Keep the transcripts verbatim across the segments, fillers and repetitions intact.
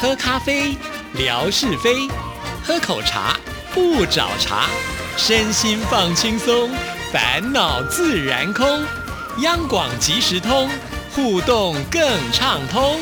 喝咖啡，聊是非；喝口茶，不找茬。身心放轻松，烦恼自然空。央广即时通，互动更畅通。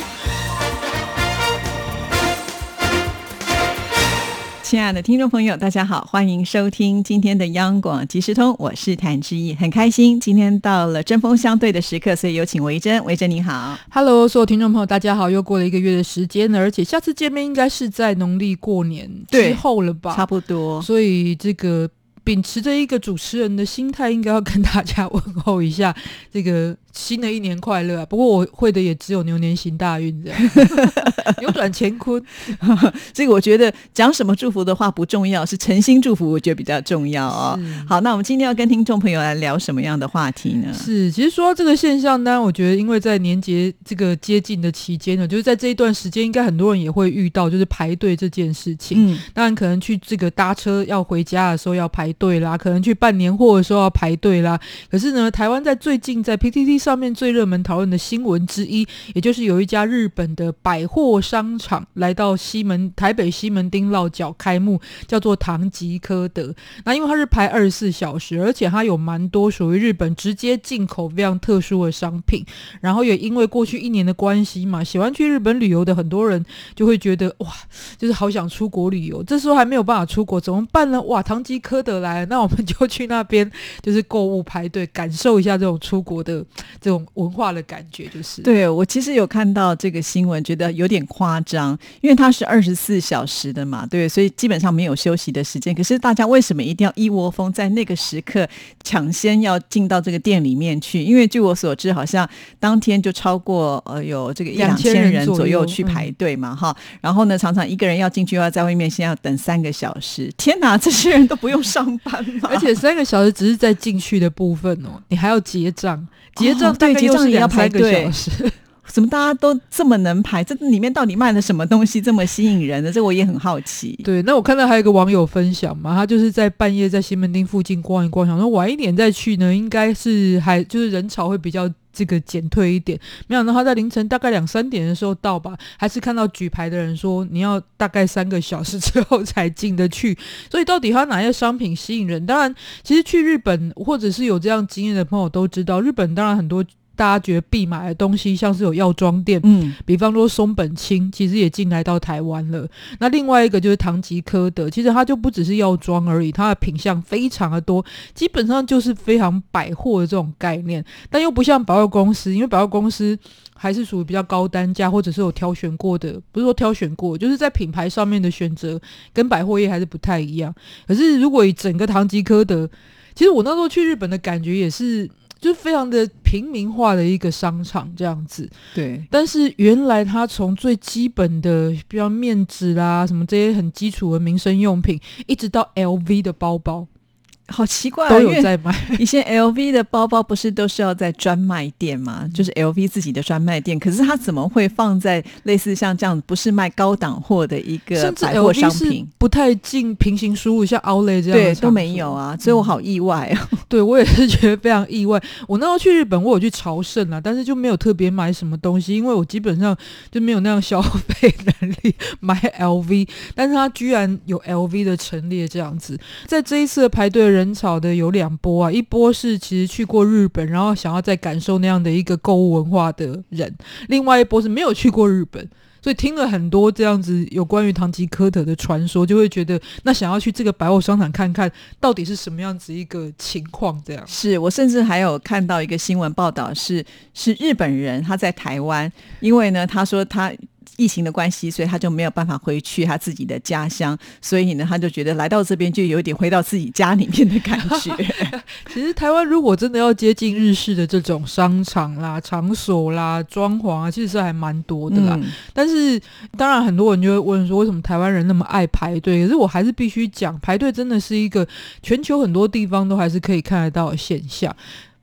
亲爱的听众朋友大家好，欢迎收听今天的央广即时通，我是谭志毅，很开心今天到了针锋相对的时刻，所以有请维珍。维珍你好。 Hello， 所有听众朋友大家好，又过了一个月的时间了，而且下次见面应该是在农历过年之后了吧， 差不多， 所以这个秉持着一个主持人的心态，应该要跟大家问候一下这个新的一年快乐啊！不过我会的也只有牛年行大运这样扭转乾坤这个我觉得讲什么祝福的话不重要，是诚心祝福我觉得比较重要哦。好，那我们今天要跟听众朋友来聊什么样的话题呢？ 是，其实说到这个现象，当然我觉得因为在年节这个接近的期间呢，就是在这一段时间应该很多人也会遇到就是排队这件事情。嗯，当然可能去这个搭车要回家的时候要排队啦，可能去办年货的时候要排队啦。可是呢，台湾在最近在 P T T 上面最热门讨论的新闻之一，也就是有一家日本的百货商场来到西门台北西门町落脚开幕，叫做唐吉诃德。那因为它是排二十四小时，而且它有蛮多属于日本直接进口非常特殊的商品，然后也因为过去一年的关系嘛，喜欢去日本旅游的很多人就会觉得哇，就是好想出国旅游，这时候还没有办法出国怎么办呢？哇，唐吉诃德来了，那我们就去那边就是购物排队，感受一下这种出国的这种文化的感觉。就是对，我其实有看到这个新闻，觉得有点夸张，因为它是二十四小时的嘛，对，所以基本上没有休息的时间。可是大家为什么一定要一窝蜂在那个时刻抢先要进到这个店里面去？因为据我所知，好像当天就超过呃有这个一两千人左右去排队嘛，哈、嗯。然后呢，常常一个人要进去，要在外面先要等三个小时。天哪，这些人都不用上班吗？ 而且三个小时只是在进去的部分哦，你还要结账，结账大概又是两三个小时。 怎么大家都这么能排？这里面到底卖了什么东西这么吸引人的？这我也很好奇。 对，那我看到还有一个网友分享嘛，他就是在半夜在西门町附近逛一逛，想说晚一点再去呢，应该是还就是人潮会比较这个减退一点。没想到他在凌晨大概两三点的时候到吧，还是看到举牌的人说你要大概三个小时之后才进得去。所以到底他哪些商品吸引人？当然，其实去日本或者是有这样经验的朋友都知道，日本当然很多大家觉得必买的东西，像是有药妆店，嗯，比方说松本清其实也进来到台湾了。那另外一个就是唐吉诃德，其实它就不只是药妆而已，它的品项非常的多，基本上就是非常百货的这种概念，但又不像百货公司，因为百货公司还是属于比较高单价，或者是有挑选过的，不是说挑选过，就是在品牌上面的选择跟百货业还是不太一样。可是如果以整个唐吉诃德，其实我那时候去日本的感觉也是就是非常的平民化的一个商场这样子。 对， 但是原来它从最基本的比较面纸啦什么这些很基础的民生用品，一直到 L V 的包包， 好奇怪、啊、 都有在卖。 以前 L V 的包包不是都是要在专卖店吗？就是 L V 自己的专卖店，可是它怎么会放在类似像这样不是卖高档货的一个百货商品？甚至 L V 是不太进平行输入，像 Outlet 这样的对都没有啊，所以我好意外啊。 嗯、对，我也是觉得非常意外。我那时候去日本我有去朝圣啊，但是就没有特别买什么东西，因为我基本上就没有那样消费能力买 L V， 但是它居然有 L V 的陈列这样子。在这一次的排队的人潮的有两波啊，一波是其实去过日本然后想要再感受那样的一个购物文化的人，另外一波是没有去过日本，所以听了很多这样子有关于唐吉诃德的传说，就会觉得那想要去这个百货商场看看到底是什么样子一个情况。这样是我甚至还有看到一个新闻报道是是日本人他在台湾，因为呢他说他疫情的关系，所以他就没有办法回去他自己的家乡，所以呢他就觉得来到这边就有点回到自己家里面的感觉其实台湾如果真的要接近日式的这种商场啦场所啦装潢啊，其实是还蛮多的啦、嗯、但是当然很多人就会问说为什么台湾人那么爱排队，可是我还是必须讲排队真的是一个全球很多地方都还是可以看得到的现象。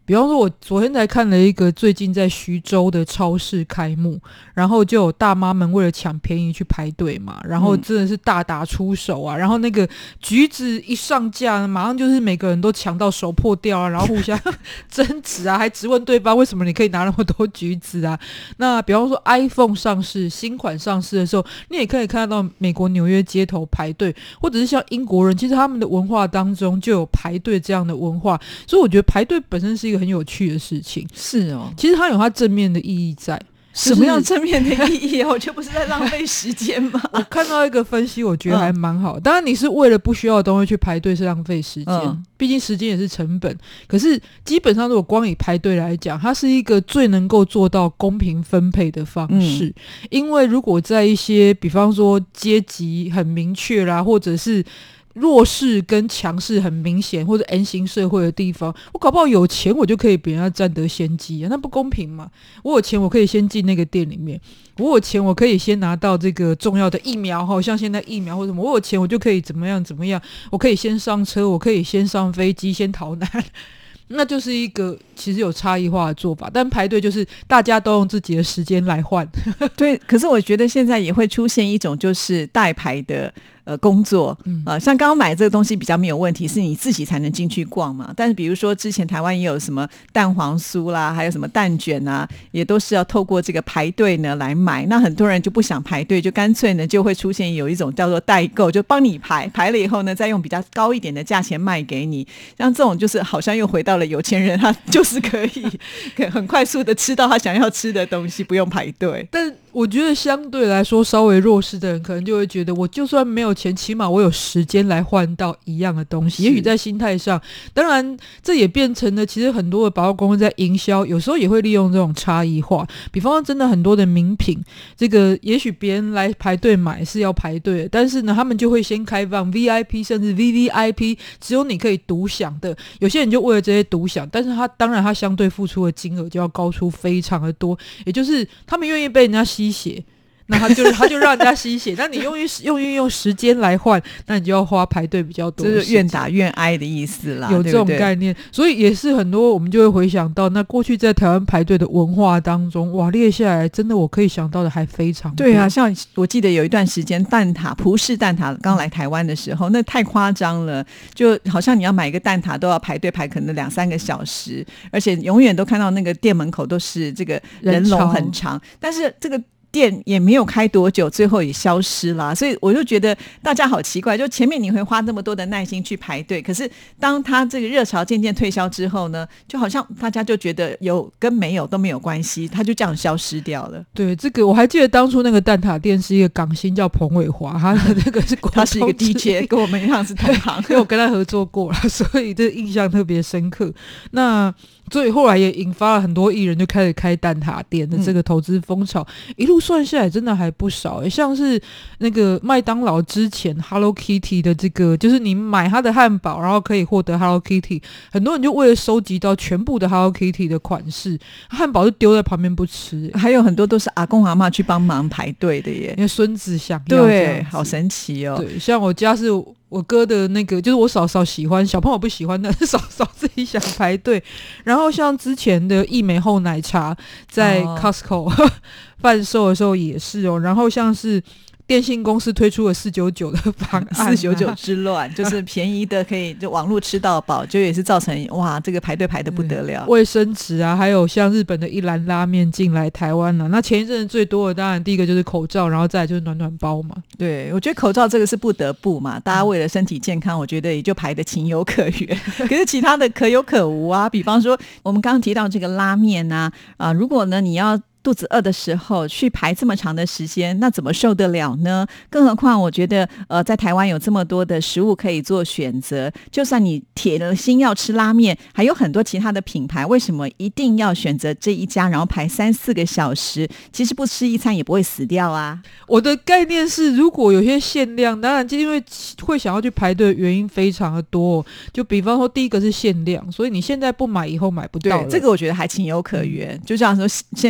比方说我昨天才看了一个最近在徐州的超市开幕，然后就有大妈们为了抢便宜去排队嘛，然后真的是大打出手啊、嗯、然后那个橘子一上架马上就是每个人都抢到手破掉啊，然后互相争执啊，还质问对方为什么你可以拿那么多橘子啊。那比方说 iPhone 上市新款上市的时候，你也可以看到美国纽约街头排队，或者是像英国人其实他们的文化当中就有排队这样的文化，所以我觉得排队本身是一个很有趣的事情。 是哦， 其实它有它正面的意义在。 什么样正面的意义啊？我觉得不是在浪费时间吗？ 我看到一个分析，我觉得还蛮好、嗯、当然你是为了不需要的东西去排队是浪费时间、嗯、毕竟时间也是成本，可是基本上如果光以排队来讲，它是一个最能够做到公平分配的方式、嗯、因为如果在一些比方说阶级很明确啦，或者是弱势跟强势很明显，或者 N 型社会的地方，我搞不好有钱我就可以比人家占得先机啊，那不公平嘛。我有钱我可以先进那个店里面，我有钱我可以先拿到这个重要的疫苗，好像现在疫苗或什么，我有钱我就可以怎么样怎么样，我可以先上车，我可以先上飞机，先逃难那就是一个其实有差异化的做法，但排队就是大家都用自己的时间来换对，可是我觉得现在也会出现一种就是代排的呃工作、嗯呃、像刚刚买这个东西比较没有问题，是你自己才能进去逛嘛。但是比如说之前台湾也有什么蛋黄酥啦，还有什么蛋卷啊，也都是要透过这个排队呢来买，那很多人就不想排队，就干脆呢就会出现有一种叫做代购，就帮你排排了以后呢再用比较高一点的价钱卖给你，像这种就是好像又回到了有钱人他就是可以很快速的吃到他想要吃的东西，不用排队。 但我觉得相对来说稍微弱势的人可能就会觉得，我就算没有钱，起码我有时间来换到一样的东西。也许在心态上，当然这也变成了其实很多的百货公司在营销有时候也会利用这种差异化，比方说真的很多的名品，这个也许别人来排队买是要排队的，但是呢他们就会先开放 V I P 甚至 V V I P 只有你可以独享的，有些人就为了这些独享，但是他当然他相对付出的金额就要高出非常的多，也就是他们愿意被人家吸血，那他就他就让人家吸血，那你用用运用时间来换，那你就要花排队比较多， 就是愿打愿挨的意思啦， 有这种概念。对对，所以也是很多我们就会回想到，那过去在台湾排队的文化当中，哇，列下来真的我可以想到的还非常多。 对啊，像我记得有一段时间蛋挞葡式蛋挞刚来台湾的时候，那太夸张了，就好像你要买一个蛋挞都要排队排可能两三个小时，而且永远都看到那个店门口都是这个人龙很长，但是这个店也没有开多久，最后也消失了，所以我就觉得大家好奇怪，就前面你会花那么多的耐心去排队，可是当他这个热潮渐渐退销之后呢，就好像大家就觉得有跟没有都没有关系，他就这样消失掉了。 对，这个我还记得当初那个蛋挞店是一个港星叫彭伟华，他的那个是他是一个 D J 跟我们一样是同行因为我跟他合作过了，所以这印象特别深刻。那所以后来也引发了很多艺人就开始开蛋挞店的这个投资风潮、嗯、一路算下来真的还不少、欸、像是那个麦当劳之前 Hello Kitty 的这个，就是你买他的汉堡然后可以获得 Hello Kitty， 很多人就为了收集到全部的 Hello Kitty 的款式，汉堡就丢在旁边不吃、欸、 还有很多都是阿公阿嬷去帮忙排队的耶， 因为孙子想要， 对，好神奇哦。 对，像我家是我哥的那个，就是我嫂嫂喜欢，小朋友不喜欢，但是嫂嫂自己想排队。然后像之前的益美厚奶茶在 Costco、哦、贩售的时候也是哦，然后像是电信公司推出了四九九的方案、啊、 四九九之乱，就是便宜的可以就网络吃到饱，就也是造成哇这个排队排得不得了。 卫生纸啊，还有像日本的一兰拉面进来台湾了、啊。那前一阵子最多的当然第一个就是口罩，然后再来就是暖暖包嘛。 对，我觉得口罩这个是不得不嘛，大家为了身体健康，我觉得也就排得情有可原。可是其他的可有可无啊，比方说我们刚刚提到这个拉面啊，啊、呃，如果呢你要肚子饿的时候去排这么长的时间，那怎么受得了呢？更何况我觉得呃，在台湾有这么多的食物可以做选择，就算你铁了心要吃拉面，还有很多其他的品牌，为什么一定要选择这一家然后排三四个小时？其实不吃一餐也不会死掉啊。 我的概念是如果有些限量，当然因为会想要去排队的原因非常的多，就比方说第一个是限量，所以你现在不买以后买不到了。 对，这个我觉得还情有可原、嗯、就像说限量商品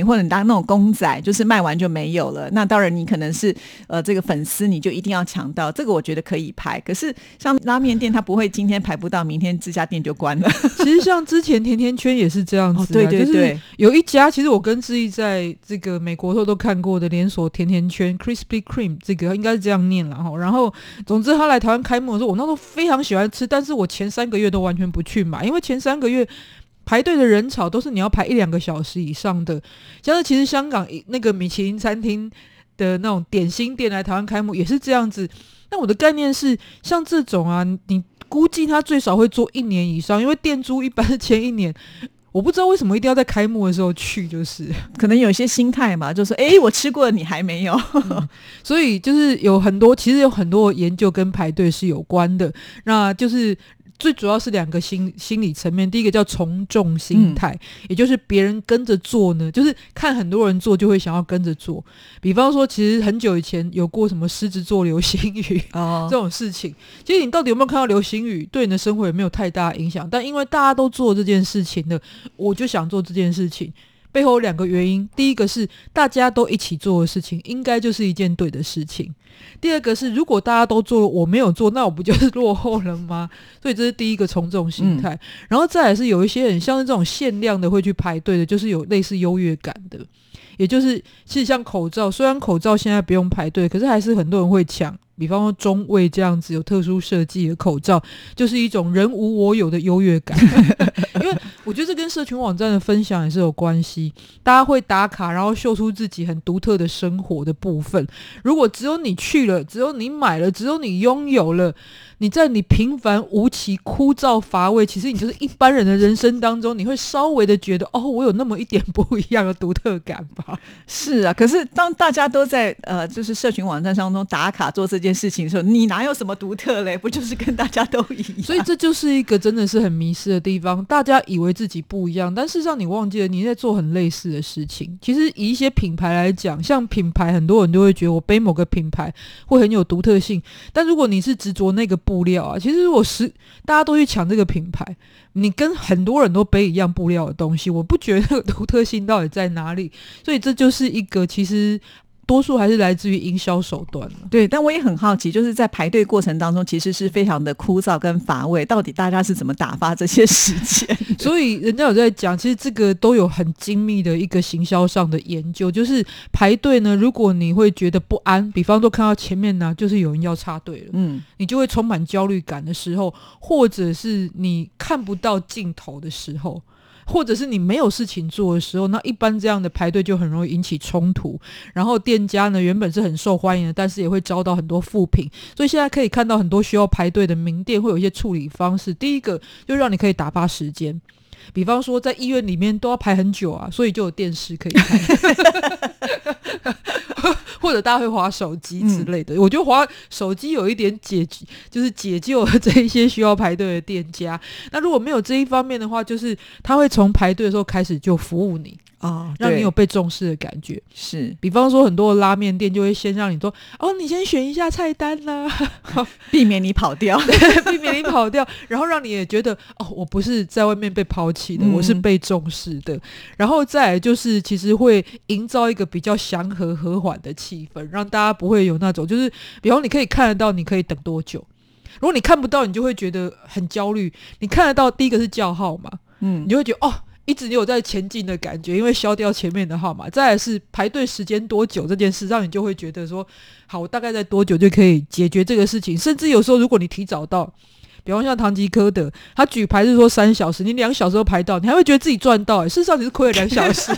品，或者你当那种公仔，就是卖完就没有了，那当然你可能是呃这个粉丝，你就一定要抢到，这个我觉得可以排。可是像拉面店，它不会今天排不到，明天这家店就关了。 其实像之前甜甜圈也是这样子、啊哦、 对对对， 就是有一家其实我跟志毅在这个美国都都看过的连锁甜甜圈 Krispy Kreme， 这个应该是这样念啦。然后总之他来台湾开幕的时候，我那时候非常喜欢吃，但是我前三个月都完全不去买，因为前三个月排队的人潮都是你要排一两个小时以上的。像是其实香港那个米其林餐厅的那种点心店来台湾开幕也是这样子。那我的概念是像这种啊，你估计他最少会做一年以上，因为店租一般是前一年，我不知道为什么一定要在开幕的时候去，就是可能有一些心态嘛，就是哎，我吃过了你还没有、 嗯、所以就是有很多其实有很多研究跟排队是有关的。那就是最主要是两个心心理层面，第一个叫从众心态、嗯、也就是别人跟着做呢，就是看很多人做就会想要跟着做。比方说其实很久以前有过什么狮子座流星雨、哦、这种事情，其实你到底有没有看到流星雨对你的生活也没有太大影响，但因为大家都做这件事情了，我就想做这件事情。背后有两个原因，第一个是大家都一起做的事情应该就是一件对的事情，第二个是如果大家都做了我没有做，那我不就是落后了吗？所以这是第一个从众心态、嗯、然后再来是有一些人像是这种限量的会去排队的，就是有类似优越感的，也就是其实像口罩，虽然口罩现在不用排队，可是还是很多人会抢，比方说中卫这样子有特殊设计的口罩，就是一种人无我有的优越感因为我觉得这跟社群网站的分享也是有关系，大家会打卡然后秀出自己很独特的生活的部分。如果只有你去了，只有你买了，只有你拥有了，你在你平凡无奇枯燥乏味，其实你就是一般人的人生当中，你会稍微的觉得哦，我有那么一点不一样的独特感吧。 是啊，可是当大家都在呃就是社群网站当中打卡做这件事情的时候，你哪有什么独特嘞？不就是跟大家都一样？ 所以这就是一个真的是很迷失的地方，大家以为自己不一样，但事实上你忘记了你在做很类似的事情。其实以一些品牌来讲，像品牌很多人都会觉得我背某个品牌会很有独特性，但如果你是执着那个布料啊，其实如果是大家都去抢这个品牌，你跟很多人都背一样布料的东西，我不觉得那个独特性到底在哪里。所以这就是一个其实多数还是来自于营销手段。 对，但我也很好奇，就是在排队过程当中其实是非常的枯燥跟乏味，到底大家是怎么打发这些时间？ 所以人家有在讲，其实这个都有很精密的一个行销上的研究，就是排队呢，如果你会觉得不安，比方说看到前面呢就是有人要插队了，嗯，你就会充满焦虑感的时候，或者是你看不到尽头的时候，或者是你没有事情做的时候，那一般这样的排队就很容易引起冲突，然后店家呢原本是很受欢迎的，但是也会遭到很多负评。所以现在可以看到很多需要排队的名店会有一些处理方式，第一个就让你可以打发时间，比方说在医院里面都要排很久啊，所以就有电视可以看或者大家会滑手机之类的、嗯、我觉得滑手机有一点解就是解救了这一些需要排队的店家。那如果没有这一方面的话，就是他会从排队的时候开始就服务你哦，让你有被重视的感觉。是，比方说很多的拉面店就会先让你说哦，你先选一下菜单啦、啊、 避免你跑掉避免你跑掉，然后让你也觉得哦，我不是在外面被抛弃的、嗯、我是被重视的。然后再来就是其实会营造一个比较祥和和缓的气氛，让大家不会有那种就是比方你可以看得到你可以等多久，如果你看不到你就会觉得很焦虑。你看得到第一个是叫号嘛，嗯，你就会觉得哦一直有在前进的感觉，因为消掉前面的号码。再来是排队时间多久这件事，让你就会觉得说好，我大概在多久就可以解决这个事情。甚至有时候如果你提早到，比方像唐吉诃德他举牌是说三小时，你两小时都排到，你还会觉得自己赚到、欸、事实上你是亏了两小时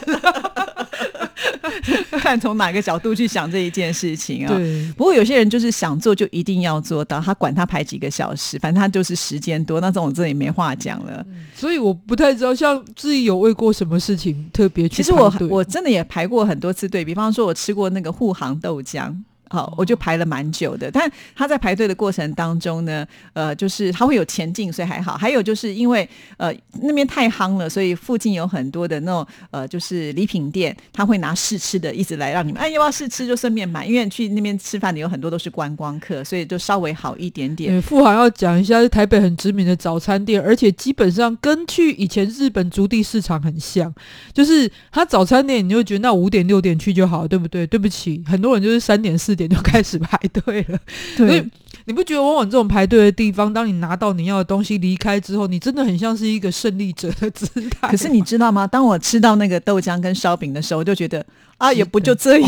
看从哪个角度去想这一件事情啊。对，不过有些人就是想做就一定要做到，他管他排几个小时，反正他就是时间多，那这种这里没话讲了、嗯、 所以我不太知道像自己有为过什么事情特别去排队。 其实我我真的也排过很多次队，比方说我吃过那个护航豆浆好、哦，我就排了蛮久的。但他在排队的过程当中呢，呃，就是他会有前进，所以还好。还有就是因为呃那边太夯了，所以附近有很多的那种呃就是礼品店，他会拿试吃的一直来让你们，哎，要不要试吃就顺便买，因为去那边吃饭的有很多都是观光客，所以就稍微好一点点。 富航要讲一下，是台北很知名的早餐店，而且基本上跟去以前日本竹地市场很像，就是他早餐店你就觉得那五点六点去就好，对不对？对不起，很多人就是三点四点就开始排队了。 对， 所以你不觉得往往这种排队的地方，当你拿到你要的东西离开之后，你真的很像是一个胜利者的姿态？ 可是你知道吗？当我吃到那个豆浆跟烧饼的时候，我就觉得啊，也不就这样。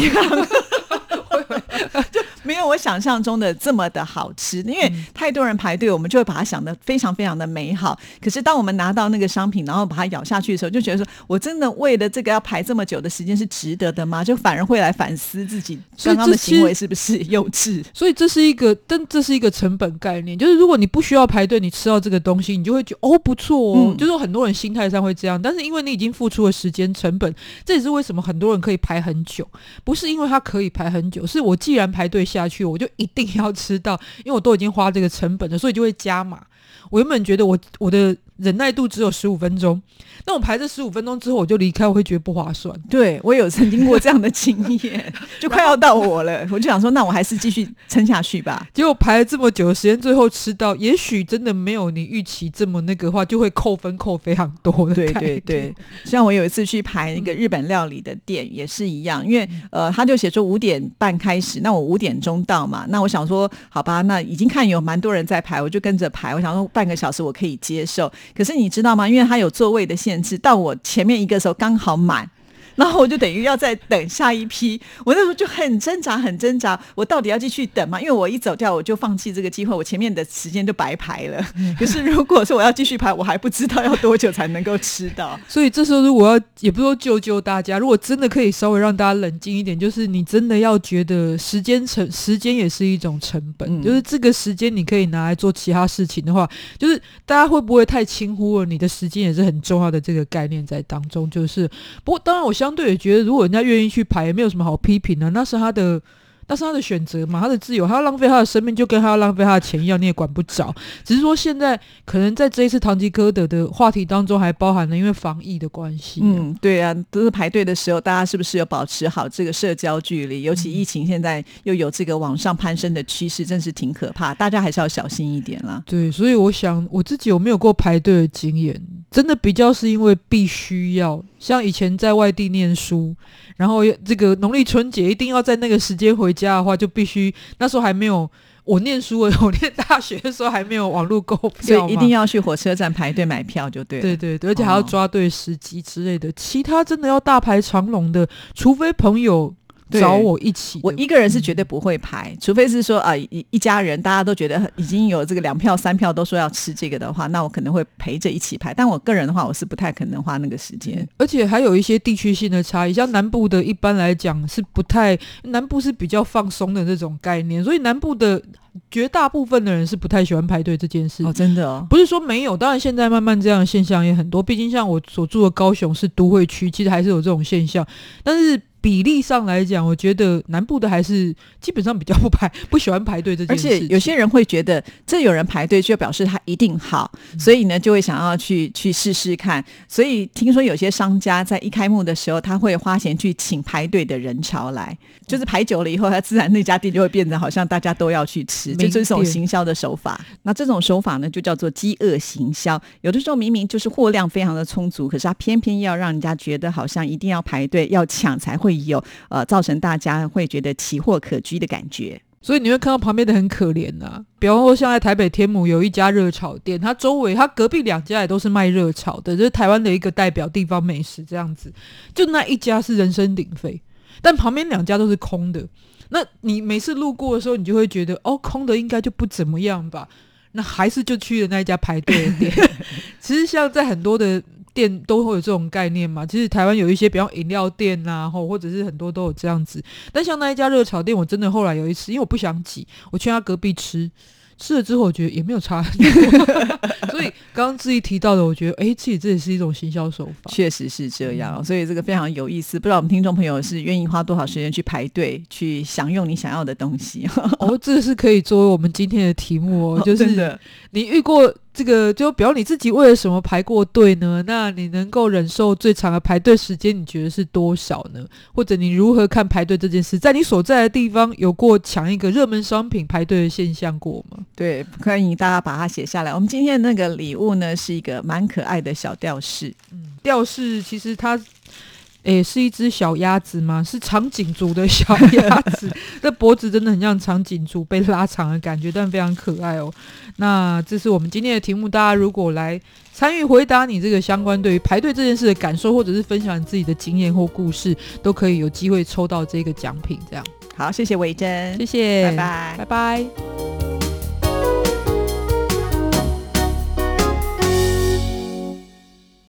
就没有我想象中的这么的好吃，因为太多人排队，我们就会把它想得非常非常的美好。可是当我们拿到那个商品，然后把它咬下去的时候，就觉得说我真的为了这个要排这么久的时间是值得的吗？就反而会来反思自己刚刚的行为是不是幼稚。 所以这是一个，但这是一个成本概念，就是如果你不需要排队，你吃到这个东西，你就会觉得哦不错哦、嗯，就是很多人心态上会这样。但是因为你已经付出了时间成本，这也是为什么很多人可以排很久，不是因为他可以排很久，是我既然排队下去，我就一定要吃到，因为我都已经花这个成本了，所以就会加码。我原本觉得我我的忍耐度只有十五分钟，那我排这十五分钟之后我就离开，我会觉得不划算。 对，我有曾经过这样的经验，就快要到我了，我就想说，那我还是继续撑下去吧。 结果排了这么久的时间，最后吃到，也许真的没有你预期这么那个的话，就会扣分扣非常多的。 对对对，像我有一次去排一个日本料理的店，也是一样，因为呃，他就写说五点半开始，那我五点钟到嘛，那我想说，好吧，那已经看有蛮多人在排，我就跟着排，我想说半个小时我可以接受。可是你知道吗？因为它有座位的限制，到我前面一个时候刚好满，然后我就等于要再等下一批。我那时候就很挣扎很挣扎，我到底要继续等吗？因为我一走掉我就放弃这个机会，我前面的时间就白排了。可是如果说我要继续排，我还不知道要多久才能够吃到。 所以这时候如果要，也不是说救救大家，如果真的可以稍微让大家冷静一点，就是你真的要觉得时间成时间也是一种成本、嗯、就是这个时间你可以拿来做其他事情的话，就是大家会不会太轻忽了你的时间也是很重要的这个概念在当中。就是不过当然我相对也觉得，如果人家愿意去排，也没有什么好批评的，那是他的，那是他的选择嘛，他的自由，他要浪费他的生命，就跟他要浪费他的钱一样，你也管不着。只是说现在可能在这一次唐吉诃德的话题当中，还包含了因为防疫的关系、啊。 嗯，对啊，都是排队的时候，大家是不是有保持好这个社交距离？尤其疫情现在又有这个往上攀升的趋势，真是挺可怕，大家还是要小心一点啦。 对，所以我想我自己有没有过排队的经验？真的比较是因为必须要，像以前在外地念书，然后这个农历春节一定要在那个时间回家的话，就必须那时候还没有，我念书的我念大学的时候还没有网络购票嘛， 所以一定要去火车站排队买票就对了。 对对对，而且还要抓对时机之类的、哦、其他真的要大排长龙的，除非朋友找我一起， 我一个人是绝对不会排、嗯、除非是说啊 一, 一家人大家都觉得已经有这个两票三票都说要吃这个的话，那我可能会陪着一起排，但我个人的话我是不太可能花那个时间、嗯、 而且还有一些地区性的差异，像南部的一般来讲是不太，南部是比较放松的这种概念，所以南部的绝大部分的人是不太喜欢排队这件事。 哦，真的哦， 不是说没有，当然现在慢慢这样的现象也很多，毕竟像我所住的高雄是都会区，其实还是有这种现象，但是比例上来讲，我觉得南部的还是基本上比较不排不喜欢排队这件事情。 而且有些人会觉得这有人排队就表示他一定好、嗯、所以呢就会想要去去试试看。所以听说有些商家在一开幕的时候他会花钱去请排队的人潮来，就是排久了以后他自然那家店就会变成好像大家都要去吃，这就是一种行销的手法。那这种手法呢就叫做饥饿行销，有的时候明明就是货量非常的充足，可是他偏偏要让人家觉得好像一定要排队要抢才会有呃，造成大家会觉得奇货可居的感觉。 所以你会看到旁边的很可怜啊，比方说像在台北天母有一家热炒店，它周围它隔壁两家也都是卖热炒的，就是台湾的一个代表地方美食这样子，就那一家是人声鼎沸，但旁边两家都是空的。那你每次路过的时候你就会觉得哦，空的应该就不怎么样吧，那还是就去了那一家排队的店其实像在很多的店都会有这种概念嘛，其实台湾有一些比方饮料店啊，或者是很多都有这样子。但像那一家热炒店，我真的后来有一次因为我不想挤，我去他隔壁吃， 吃了之后我觉得也没有差所以刚刚志毅提到的，我觉得哎，其实这也是一种行销手法， 确实是这样、嗯、所以这个非常有意思，不知道我们听众朋友是愿意花多少时间去排队去享用你想要的东西哦，这是可以作为我们今天的题目哦，就是你遇过这个，就比如你自己为了什么排过队呢？那你能够忍受最长的排队时间你觉得是多少呢？或者你如何看排队这件事？在你所在的地方有过抢一个热门商品排队的现象过吗？ 对，欢迎大家把它写下来。我们今天的那个礼物呢是一个蛮可爱的小吊饰。 嗯，吊饰其实它诶，是一只小鸭子吗？是长颈族的小鸭子这脖子真的很像长颈族被拉长的感觉，但非常可爱哦。那这是我们今天的题目，大家如果来参与回答你这个相关对于排队这件事的感受，或者是分享你自己的经验或故事，都可以有机会抽到这个奖品这样。 好，谢谢伟珍， 谢谢， 拜拜， 拜拜。